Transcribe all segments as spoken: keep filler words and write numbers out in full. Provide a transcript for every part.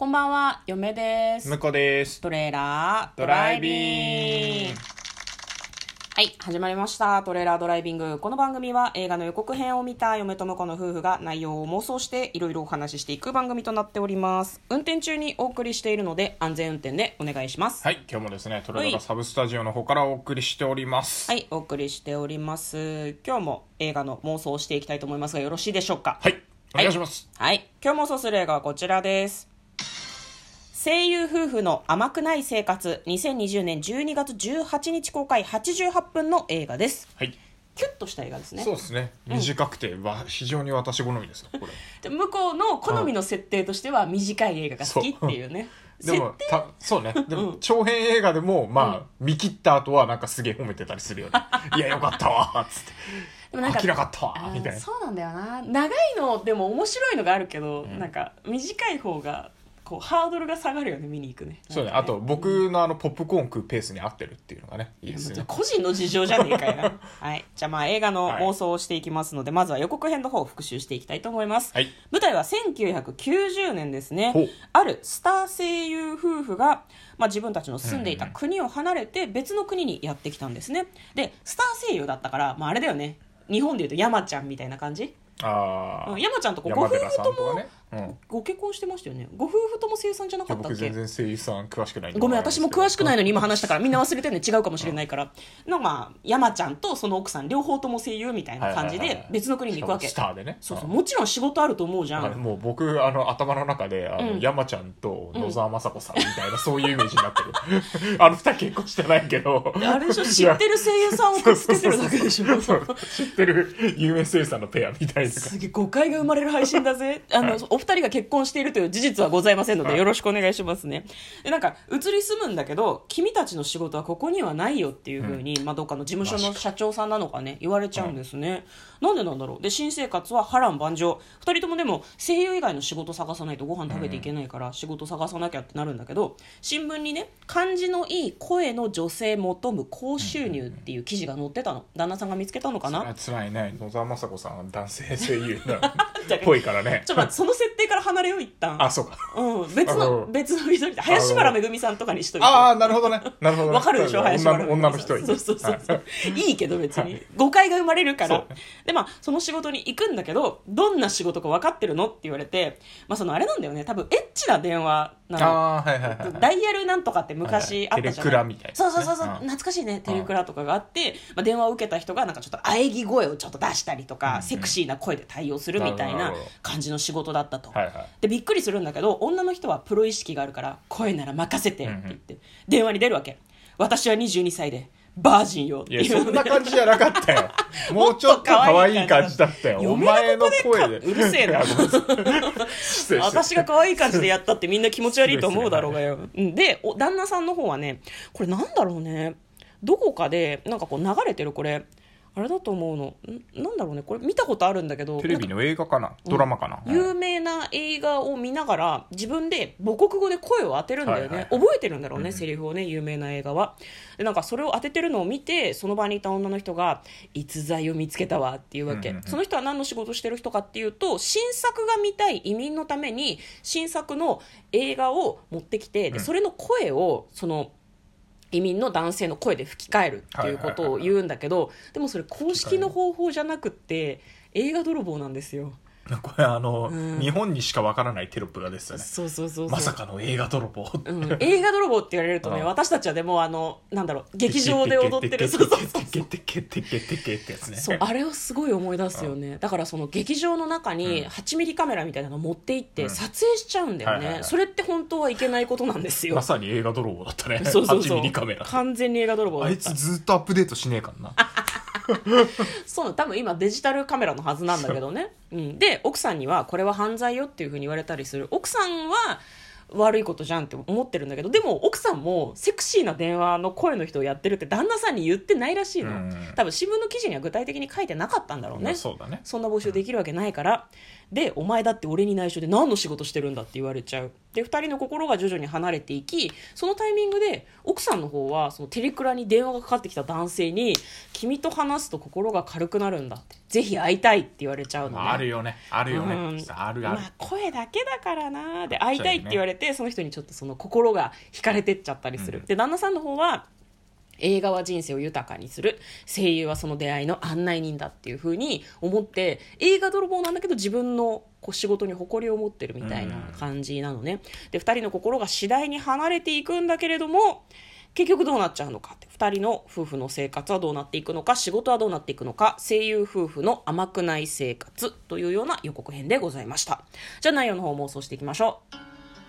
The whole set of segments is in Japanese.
こんばんは、嫁です。 向こうです。 トレーラードライビング。はい、始まりました。トレーラードライビング。この番組は映画の予告編を見た嫁と婿の夫婦が内容を妄想していろいろお話ししていく番組となっております。運転中にお送りしているので安全運転でお願いします。 はい、今日もですね、トレーラーサブスタジオの方からお送りしております。 はい、お送りしております。今日も映画の妄想をしていきたいと思いますが、よろしいでしょうか。 はい、お願いします。 はい、はい、今日妄想する映画はこちらです。声優夫婦の甘くない生活、にせんにじゅうねんじゅうにがつじゅうはちにち公開、はちじゅうはっぷんの映画です。 はい、 キュッとした映画ですね。 そうですね、短くて、うん、非常に私好みですよこれ。 で向こうの好みの設定としては短い映画が好きっていうね。 でもたそうね、でも長編映画でもまあ、うん、見切った後はなんかすげえ褒めてたりするよね。いやよかったわっつって。でもなんか飽きなかったわみたいな。 そうなんだよな。長いのでも面白いのがあるけど、うん、なんか短い方がこうハードルが下がるよね、見に行くね。 そうね、あと僕のあのポップコーン食うペースに合ってるっていうのがね、いいですね。 個人の事情じゃねえかよな。はい、じゃあまあ映画の妄想をしていきますので、はい、まずは予告編の方を復習していきたいと思います。はい、舞台はせんきゅうひゃくきゅうじゅうねんですね。あるスター声優夫婦が、まあ、自分たちの住んでいた国を離れて別の国にやってきたんですね。でスター声優だったから、まあ、あれだよね、日本でいうと山ちゃんみたいな感じ。あ、山ちゃんとこご夫婦とも、ね、うん、ご結婚してましたよね。ご夫婦とも声優さんじゃなかったっけ。 僕全然声優さん詳しくないんで。 ごめん、私も詳しくないのに今話したからみんな忘れてるの違うかもしれないからの、まあ、山ちゃんとその奥さん両方とも声優みたいな感じで別の国に行くわけ。 スターでね。 そうそう、もちろん仕事あると思うじゃん。 もう僕あの頭の中であの、うん、山ちゃんと野沢雅子さんみたいな、うん、そういうイメージになってる。あの二人結婚してないけど、 あれでしょ、知ってる声優さんをくっつけてるだけでしょ。 知ってる有名声優さんのペアみたいな。 すげえ誤解が生まれる配信だぜ。あの、はい、お二人が結婚しているという事実はございませんのでよろしくお願いしますね。でなんか移り住むんだけど、君たちの仕事はここにはないよっていう風に、うん、まあ、どっかの事務所の社長さんなのかね言われちゃうんですね。うん、なんでなんだろう。で新生活は波乱万丈。二人ともでも声優以外の仕事探さないとご飯食べていけないから、仕事探さなきゃってなるんだけど、新聞にね、感じのいい声の女性求む高収入っていう記事が載ってたの。旦那さんが見つけたのかな。 つらいね、野沢雅子さんは男性声優っぽいからね。 ちょっと待って、その設定から離れよう一旦。 あ、そうか。 うん、別の別の人で林原めぐみさんとかにしといて。 ああ、なるほどね。なるほど、ね。 わかるでしょ、林原めぐみさん。 女の人。 そうそうそうそう。いいけど別に、はい、誤解が生まれるから。でまあその仕事に行くんだけど、どんな仕事か分かってるのって言われて、まあそのあれなんだよね。多分エッチな電話なの。 あ、はいはいはい、 ダイヤルなんとかって昔あったじゃない。 テレクラみたいな、ね。 そうそうそうそう、うん、懐かしいね。テレクラとかがあって、まあ電話を受けた人がなんかちょっと喘ぎ声をちょっと出したりとか、うんうん、セクシーな声で対応するみたいな感じの仕事だったと。はいはい、でびっくりするんだけど、女の人はプロ意識があるから声なら任せてって言って、うんうん、電話に出るわけ。私はにじゅうにさいでバージンよっていう。 いやそんな感じじゃなかったよ。もうちょっと可愛い感じだったよ。お前の声で。 うるせえな。私が可愛い感じでやったってみんな気持ち悪いと思うだろうがよ。で旦那さんの方はね、これなんだろうね、どこかでなんかこう流れてる、これあれだと思うの。んなんだろうね、これ見たことあるんだけど、 テレビの映画かな、ドラマかな、 うん、有名な映画を見ながら自分で母国語で声を当てるんだよね、はいはいはい、覚えてるんだろうね、うん、セリフをね、有名な映画は。でなんかそれを当ててるのを見て、その場にいた女の人が逸材を見つけたわっていうわけ、うんうんうん、その人は何の仕事してる人かっていうと、新作が見たい移民のために新作の映画を持ってきて、でそれの声をその移民の男性の声で吹き替えるっていうことを言うんだけど、はいはいはいはい、でもそれ公式の方法じゃなくって映画泥棒なんですよ。 これあの、うん、日本にしかわからないテロップがですよね。 そうそうそうそう、 まさかの映画泥棒、 うん、映画泥棒って言われるとね、私たちはでもあのなんだろう、劇場で踊ってるそうそうそうテケテケテケテケってやつね。 そう、あれをすごい思い出すよね。だからその劇場の中にはちミリカメラみたいなの持って行って撮影しちゃうんだよね、うんはいはいはい、それって本当はいけないことなんですよ。 まさに映画泥棒だったね。 そうそうそう、 はちミリカメラ完全に映画泥棒だった。 あいつずっとアップデートしねえからな。 そう多分今デジタルカメラのはずなんだけどね、うん、で奥さんにはこれは犯罪よっていう風に言われたりする。奥さんは悪いことじゃんって思ってるんだけど、でも奥さんもセクシーな電話の声の人をやってるって旦那さんに言ってないらしいの。多分新聞の記事には具体的に書いてなかったんだろうね、まあ、そうだね、そんな募集できるわけないから、うん、でお前だって俺に内緒で何の仕事してるんだって言われちゃう。 でふたりの心が徐々に離れていき、そのタイミングで奥さんの方はそのテレクラに電話がかかってきた男性に君と話すと心が軽くなるんだって、ぜひ会いたいって言われちゃうのね、 まあ、あるよねあるよね、 うん、 あるある、 まあ、声だけだからなで会いたいって言われて、その人にちょっとその心が惹かれてっちゃったりする、うん、で旦那さんの方は映画は人生を豊かにする、声優はその出会いの案内人だっていう風に思って、映画泥棒なんだけど自分のこう仕事に誇りを持ってるみたいな感じなのね。でふたりの心が次第に離れていくんだけれども、結局どうなっちゃうのかって、ふたりの夫婦の生活はどうなっていくのか、仕事はどうなっていくのか、声優夫婦の甘くない生活というような予告編でございました。じゃあ内容の方を妄想していきましょう。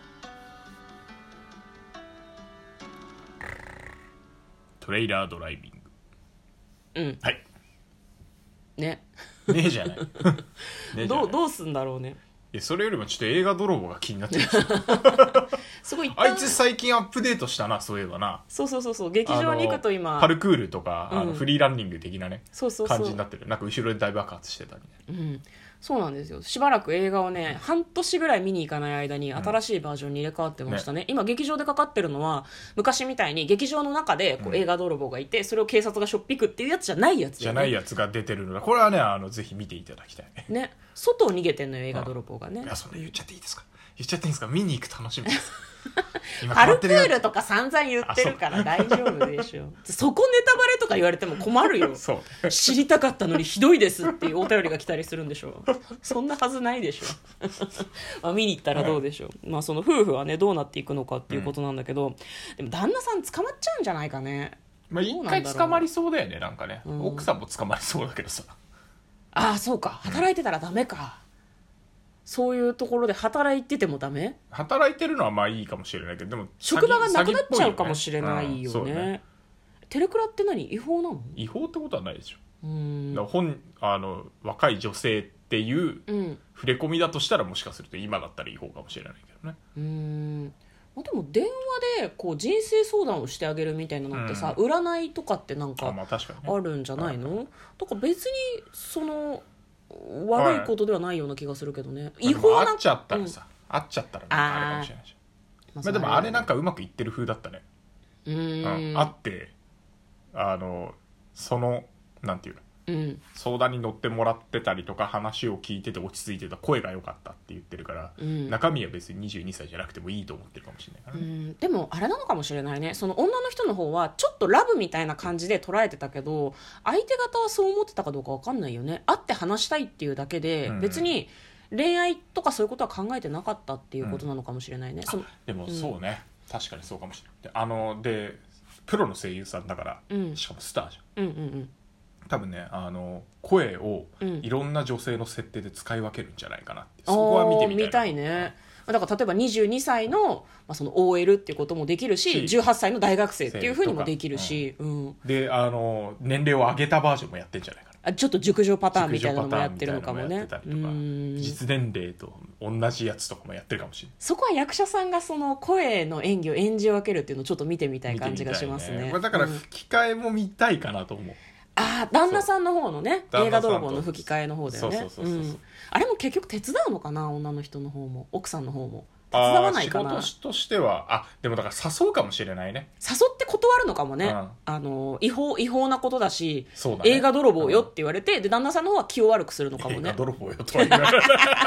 トレイラードライビング。 うんはいねねえじゃないねえじゃないどうどうすんだろうね。 いやそれよりもちょっと映画泥棒が気になっちゃうんですよすごいあいつ最近アップデートしたな、そういえばな。 そうそうそうそう、劇場に行くと今パルクールとか、 うんあのフリーランニング的なね、 そうそうそう感じになってる。なんか後ろで大爆発してたりね。 うん、そうなんですよ。しばらく映画をね、半年ぐらい見に行かない間に新しいバージョンに入れ替わってましたね。今劇場でかかってるのは昔みたいに劇場の中でこう映画泥棒がいて、それを警察がしょっぴくっていうやつじゃないやつだよね。 じゃないやつが出てるのだ。これはね、あのぜひ見ていただきたいね。 ね、外を逃げてんのよ映画泥棒がね。 いやそれ言っちゃっていいですか。言っちゃっていいですか。見に行く楽しみです今パルク変わってるやつールとか散々言ってるから大丈夫でしょ。そこネタバレとか言われても困るよそう知りたかったのにひどいですっていうお便りが来たりするんでしょ。そんなはずないでしょまあ見に行ったらどうでしょう、はい、まあその夫婦はねどうなっていくのかっていうことなんだけど、うん、でも旦那さん捕まっちゃうんじゃないかね。 まあ一回捕まりそうだよね。なんかね、うん、奥さんも捕まりそうだけどさ。 ああそうか、働いてたらダメか、そういうところで働いててもダメ。 働いてるのはまあいいかもしれないけど、でも職場がなくなっちゃうかもしれないよ ね, うんね。 テレクラって何、違法なの？ 違法ってことはないでしょ。 うんだから本あの若い女性っていう触れ込みだとしたら、もしかすると今だったら違法かもしれないけどね。 うんまあ、でも電話でこう人生相談をしてあげるみたいなのってさ、うん、占いとかってなんかあるんじゃないの？とか別にその悪いことではないような気がするけどね、はい、違法な。 会っちゃったらさ、うん、会っちゃったらなんかあれかもしれないじゃん。まあ、でもあれなんかうまくいってる風だったね。 うん、 うん、会ってあのそのなんていうの、うん、相談に乗ってもらってたりとか話を聞いてて落ち着いてた、声が良かったって言ってるから、うん、中身は別ににじゅうにさいじゃなくてもいいと思ってるかもしれないからね、うん、 でもあれなのかもしれないね、その女の人の方はちょっとラブみたいな感じで捉えてたけど、相手方はそう思ってたかどうか分かんないよね。会って話したいっていうだけで、うん、別に恋愛とかそういうことは考えてなかったっていうことなのかもしれないね、うん、そのでもそうね、うん、確かにそうかもしれない。であのでプロの声優さんだから、うん、しかもスターじゃん、うんうんうん、多分ねあの声をいろんな女性の設定で使い分けるんじゃないかなって、うん、そこは見てみたいな。見たいね。だから例えばにじゅうにさいの、まあ、その オーエル っていうこともできるし、じゅうはっさいの大学生っていうふうにもできるし、うんうん、であの年齢を上げたバージョンもやってんじゃないかな。 あちょっと熟女パターンみたいなのもやってるのかもね。 実年齢と同じやつとかもやってるかもしれない。 そこは役者さんがその声の演技を演じ分けるっていうのをちょっと見てみたい感じがしますね。 ねまあ、だから吹き替えも見たいかなと思う、うん、 ああ旦那さんの方のね、映画泥棒の吹き替えの方だよね。あれも結局手伝うのかな、女の人の方も奥さんの方も手伝わないかな。 仕事としてはあでもだから誘うかもしれないね。 誘って断るのかもね、うん、あの違法違法なことだしそうだ、ね、 映画泥棒よって言われて、うん、で旦那さんの方は気を悪くするのかもね。 映画泥棒よとは言わない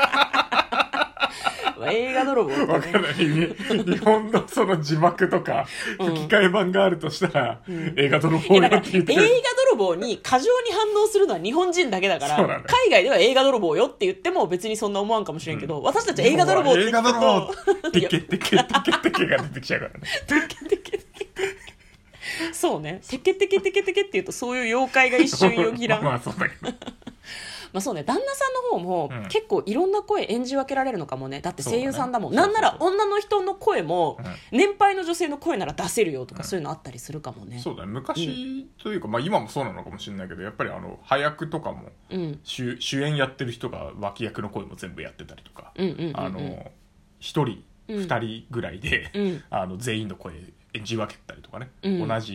映画泥棒、ね、 分からない日本のその字幕とか吹き替え版があるとしたら、うん、映画泥棒よって言ってる。 映画泥棒に過剰に反応するのは日本人だけだから、ね、海外では映画泥棒よって言っても別にそんな思わんかもしれんけど、うん、私たち映画泥棒って言うと映画泥棒テケテケテケテケが出てきちゃうからね。 テケテケテケそうね、テケテケテケテケって言うとそういう妖怪が一瞬よぎらんまあそうだけどまあそうね、旦那さんの方も結構いろんな声演じ分けられるのかもね。だって声優さんだもん、ね、なんなら女の人の声も年配の女性の声なら出せるよとか、そういうのあったりするかもね、 うん、そうだね。昔というか、まあ、今もそうなのかもしれないけど、やっぱりあの配役とかも、うん、主, 主演やってる人が脇役の声も全部やってたりとか、あのひとりふたりぐらいで、うん、あの全員の声演じ分けたりとかね、うん、同じ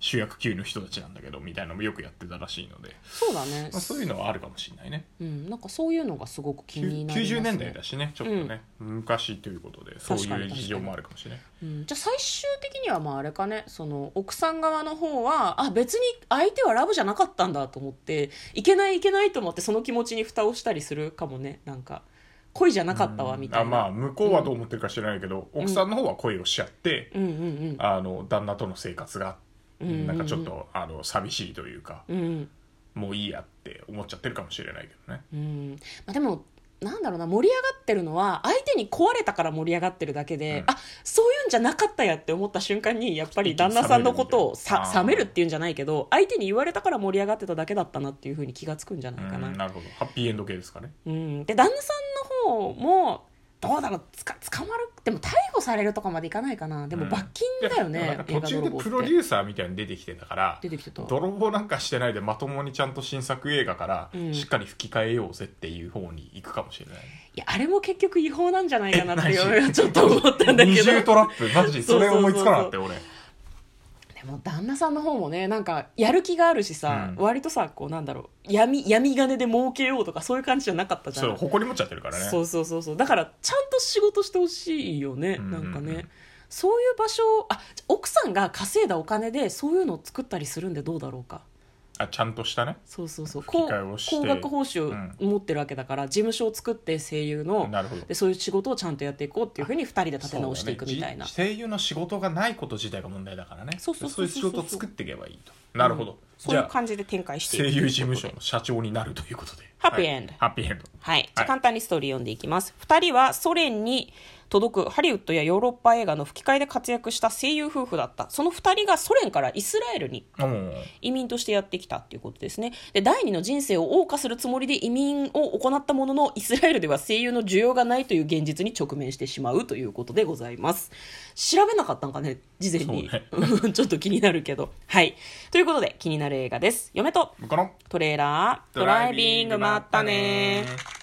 主役級の人たちなんだけどみたいなのもよくやってたらしいので、 そうだね、 まあ、そういうのはあるかもしれないね、 うん、なんかそういうのがすごく気になりますね。 きゅうじゅうねんだいだしねちょっとね、うん、昔ということでそういう事情もあるかもしれない、 うん、じゃあ最終的にはまああれかね、その奥さん側の方はあ別に相手はラブじゃなかったんだと思っていけないいけないと思ってその気持ちに蓋をしたりするかもね。なんか恋じゃなかったわみたいな、 あ、まあ向こうはどう思ってるか知らないけど、うん、奥さんの方は恋をしちゃって、 うんうんうん、 あの旦那との生活がなんかちょっと、うんうん、あの寂しいというか、うん、もういいやって思っちゃってるかもしれないけどね、 うんまあ、でもなんだろうな、盛り上がってるのは相手に壊れたから盛り上がってるだけで、うん、あそういうんじゃなかったやって思った瞬間にやっぱり旦那さんのことをさ冷めるっていうんじゃないけど、相手に言われたから盛り上がってただけだったなっていう風に気がつくんじゃないかな、 うん、なるほど、ハッピーエンド系ですかね、 うん、で旦那さんの方もどうだろう、つか捕まる、でも逮捕されるとかまでいかないかな。でも罰金だよね、 うん、途中でプロデューサーみたいに出てきてたから出てきてた泥棒なんかしてないでまともにちゃんと新作映画からしっかり吹き替えようぜっていう方に行くかもしれない、うん、いやあれも結局違法なんじゃないかなっていうちょっと思ったんだけど、二重トラップマジそれ思いつかなかったよ俺。 でも旦那さんの方もねなんかやる気があるしさ、うん、割とさこうなんだろう闇闇金で儲けようとかそういう感じじゃなかったじゃん。 そう誇り持っちゃってるからね。 そうそうそうそう、だからちゃんと仕事してほしいよね、うんうんうん、なんかねそういう場所をあ奥さんが稼いだお金でそういうのを作ったりするんでどうだろうか。 あちゃんとしたね、 そうそうそう、 吹き替えをして高額報酬を持ってるわけだから、うん、事務所を作って声優のなるほどでそういう仕事をちゃんとやっていこうっていうふうにふたりで立て直していくみたいな、 ね、声優の仕事がないこと自体が問題だからね。そうそうそうそう、そういう仕事を作っていけばいいと。なるほど、うん、 そういう感じで展開していく声優事務所の社長になるということでハッピーエンド、はい、 ハッピーエンド、 はい、じゃあ簡単にストーリー読んでいきます、はい、ふたりはソ連に届くハリウッドやヨーロッパ映画の吹き替えで活躍した声優夫婦だった。そのふたりがソ連からイスラエルに移民としてやってきたっていうことですね。で第二の人生を謳歌するつもりで移民を行ったもののイスラエルでは声優の需要がないという現実に直面してしまうということでございます。調べなかったんかね事前に、ね、ちょっと気になるけど、はいということで気になる映画です。嫁とトレーラードライビングまったね。